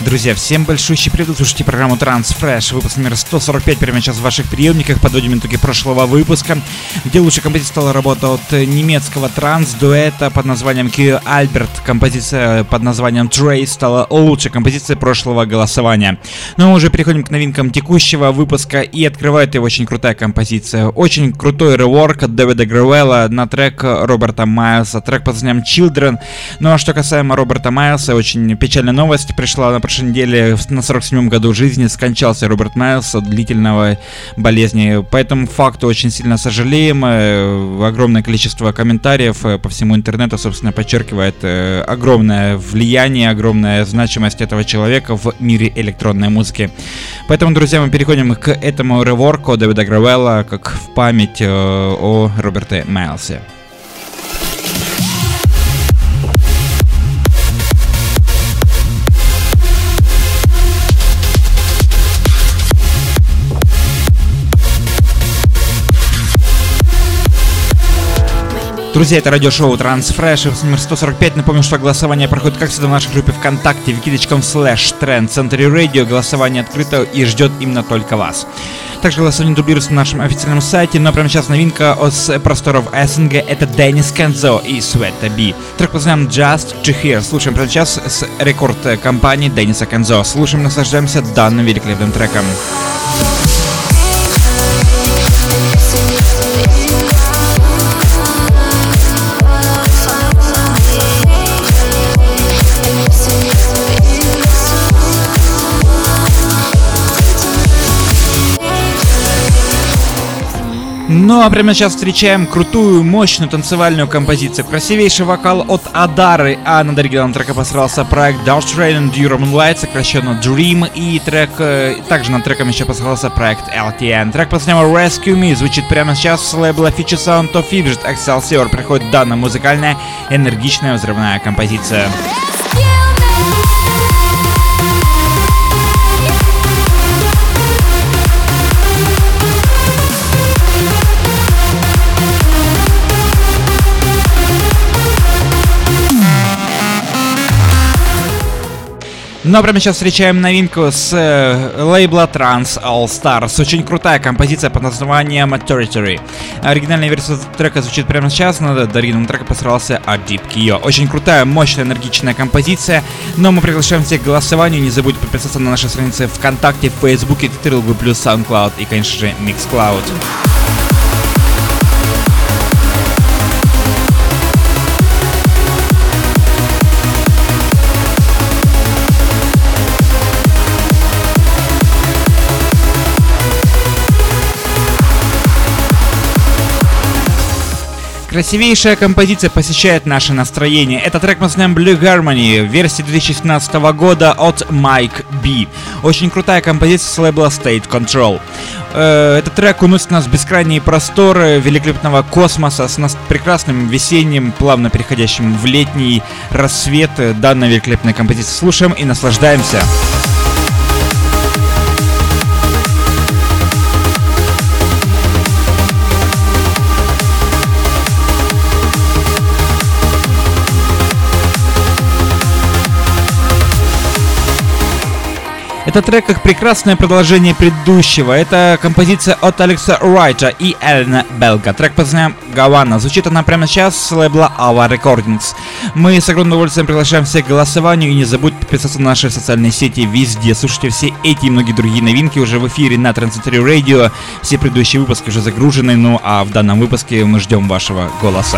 Друзья, всем большущий привет, слушайте программу Transfresh, выпуск номер 145, прямо сейчас в ваших приемниках, подводим итоги прошлого выпуска, где лучшей композицией стала работа от немецкого транс-дуэта под названием Q Albert. Композиция под названием Trace стала лучшей композицией прошлого голосования. Но мы уже переходим к новинкам текущего выпуска, и открывает его очень крутая композиция. Очень крутой реворк от Дэвида Гревелла на трек Роберта Майлса, трек под названием Children. Ну а что касаемо Роберта Майлса, очень печальная новость пришла на прошлой неделе. На 47-м году жизни скончался Роберт Майлс от длительного болезни. По этому факту очень сильно сожалеем. Огромное количество комментариев по всему интернету, собственно, подчеркивает огромное влияние, огромная значимость этого человека в мире электронной музыки. Поэтому, друзья, мы переходим к этому реворку Дэвида Гревелла, как в память о Роберте Майлсе. Друзья, это радиошоу Transfresh, выпуск номер 145. Напомню, что голосование проходит, как всегда, в нашей группе ВКонтакте, wiki.com/trend Century Radio. Голосование открыто и ждет именно только вас. Также голосование дублируется на нашем официальном сайте, но прямо сейчас новинка с просторов СНГ. Это Денис Кензо и Света Би. Трек под названием Just to Hear. Слушаем прямо сейчас с рекорд-компании Дениса Кензо. Слушаем, наслаждаемся данным великолепным треком. Ну а прямо сейчас встречаем крутую, мощную танцевальную композицию. Красивейший вокал от Адары, а над оригиналом трека постарался проект Dark Train and Durham Light, сокращенно Dream, и также над треком еще постарался проект LTN. Трек под названием Rescue Me звучит прямо сейчас с лейбла Future Sound of Fidget Excelsior. Приходит данная музыкальная, энергичная, взрывная композиция. Ну а прямо сейчас встречаем новинку с лейбла Trans All Stars. Очень крутая композиция под названием Territory. Оригинальная версия трека звучит прямо сейчас, над оригинальным треком постарался Deep Kyo. Очень крутая, мощная, энергичная композиция. Но мы приглашаем всех к голосованию. Не забудьте подписаться на наши страницы ВКонтакте, в Фейсбуке, Твиттере, SoundCloud и, конечно же, Mixcloud. Красивейшая композиция посещает наше настроение. Это трек под названием Blue Harmony, версии 2017 года от Mike B. Очень крутая композиция с лейбла State Control. Этот трек уносит нас в бескрайние просторы великолепного космоса с прекрасным весенним, плавно переходящим в летний рассвет. Данная великолепная композиция слушаем и наслаждаемся. Этот трек как прекрасное продолжение предыдущего. Это композиция от Алекса Райта и Эллена Белга. Трек под названием Гавана. Звучит она прямо сейчас с лейбла Our Recordings. Мы с огромным удовольствием приглашаем всех к голосованию. И не забудьте подписаться на наши социальные сети везде. Слушайте все эти и многие другие новинки уже в эфире на Trend Century Radio. Все предыдущие выпуски уже загружены. Ну а в данном выпуске мы ждем вашего голоса.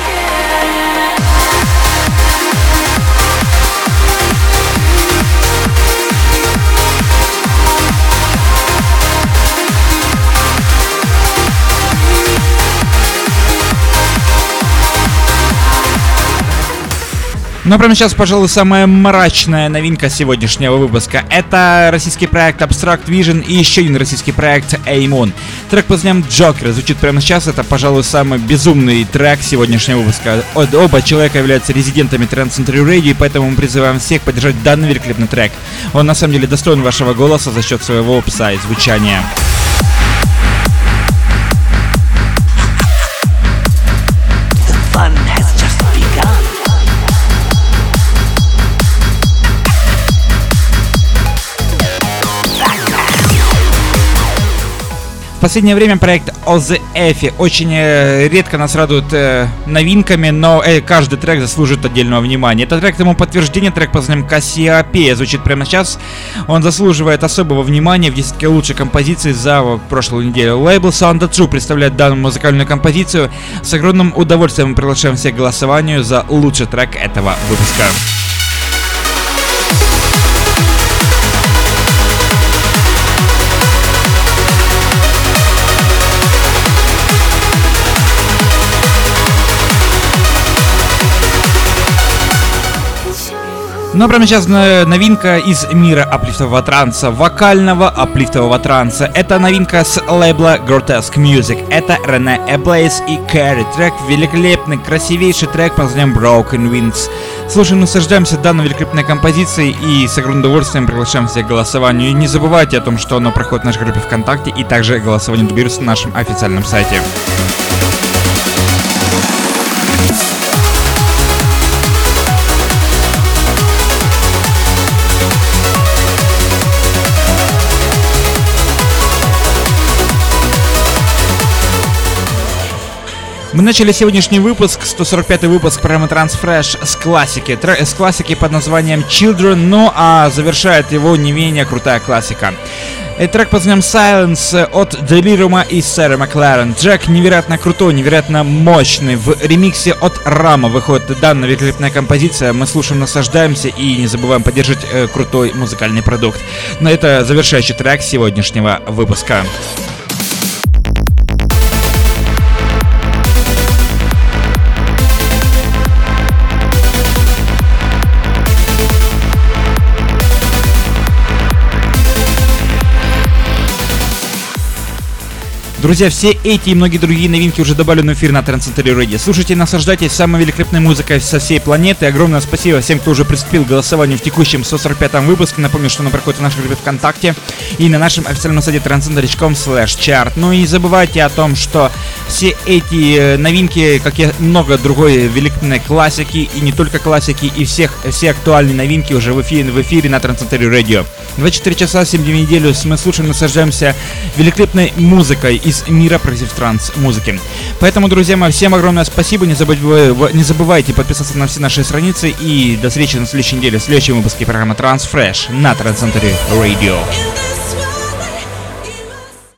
Но прямо сейчас, пожалуй, самая мрачная новинка сегодняшнего выпуска. Это российский проект Abstract Vision и еще один российский проект A-Moon. Трек под названием Joker звучит прямо сейчас. Это, пожалуй, самый безумный трек сегодняшнего выпуска. Оба человека являются резидентами Trend Century Radio, поэтому мы призываем всех поддержать данный великолепный трек. Он на самом деле достоин вашего голоса за счет своего опса и звучания. последнее время проект Ozzy Effie очень редко нас радует новинками, но каждый трек заслуживает отдельного внимания. Этот трек тому подтверждение, трек под названием Кассиопея звучит прямо сейчас. Он заслуживает особого внимания в 10 лучших композиций за прошлую неделю. Лейбл Sound True представляет данную музыкальную композицию. С огромным удовольствием мы приглашаем всех к голосованию за лучший трек этого выпуска. Но прямо сейчас новинка из мира аплифтового транса, вокального аплифтового транса. Это новинка с лейбла Grotesque Music. Это Рене Эблейс и Кэрри. Трек великолепный, красивейший трек под названием Broken Wings. Слушаем, наслаждаемся данной великолепной композицией и с огромным удовольствием приглашаем всех к голосованию. И не забывайте о том, что оно проходит в нашей группе ВКонтакте, и также голосование доберется на нашем официальном сайте. Мы начали сегодняшний выпуск, 145-й выпуск программы Transfresh с классики под названием Children, ну а завершает его не менее крутая классика. Трек под названием Silence от Delirium и Sarah McLaren. Трек невероятно крутой, невероятно мощный. В ремиксе от Рама выходит данная великолепная композиция. Мы слушаем, наслаждаемся и не забываем поддержать крутой музыкальный продукт. Но это завершающий трек сегодняшнего выпуска. Друзья, все эти и многие другие новинки уже добавлены в эфир на Trance Center Radio. Слушайте и наслаждайтесь самой великолепной музыкой со всей планеты. Огромное спасибо всем, кто уже приступил к голосованию в текущем 145-м выпуске. Напомню, что оно проходит в нашей группе ВКонтакте и на нашем официальном сайте transcenter.com/chart. Ну и не забывайте о том, что все эти новинки, как и много другой великолепной классики, и не только классики, и все актуальные новинки уже в эфире на Trance Center Radio. 24 часа, 7 дней в неделю мы слушаем, наслаждаемся великолепной музыкой из мира прогрессив транс музыки. Поэтому, друзья мои, всем огромное спасибо. Не забывайте подписаться на все наши страницы. И до встречи на следующей неделе в следующем выпуске программы Transfresh на Trance Center Radio.